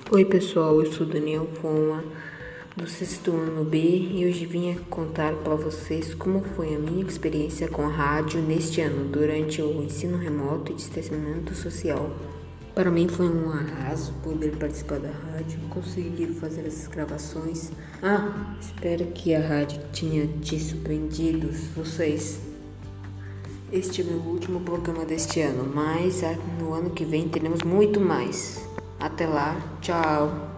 Oi pessoal, eu sou Daniel Foma, do sexto ano B, e hoje vim contar para vocês como foi a minha experiência com a rádio neste ano, durante o ensino remoto e distanciamento social. Para mim foi um arraso poder participar da rádio, conseguir fazer essas gravações. Espero que a rádio tenha te surpreendido vocês. Este é o meu último programa deste ano, mas no ano que vem teremos muito mais. Até lá, tchau!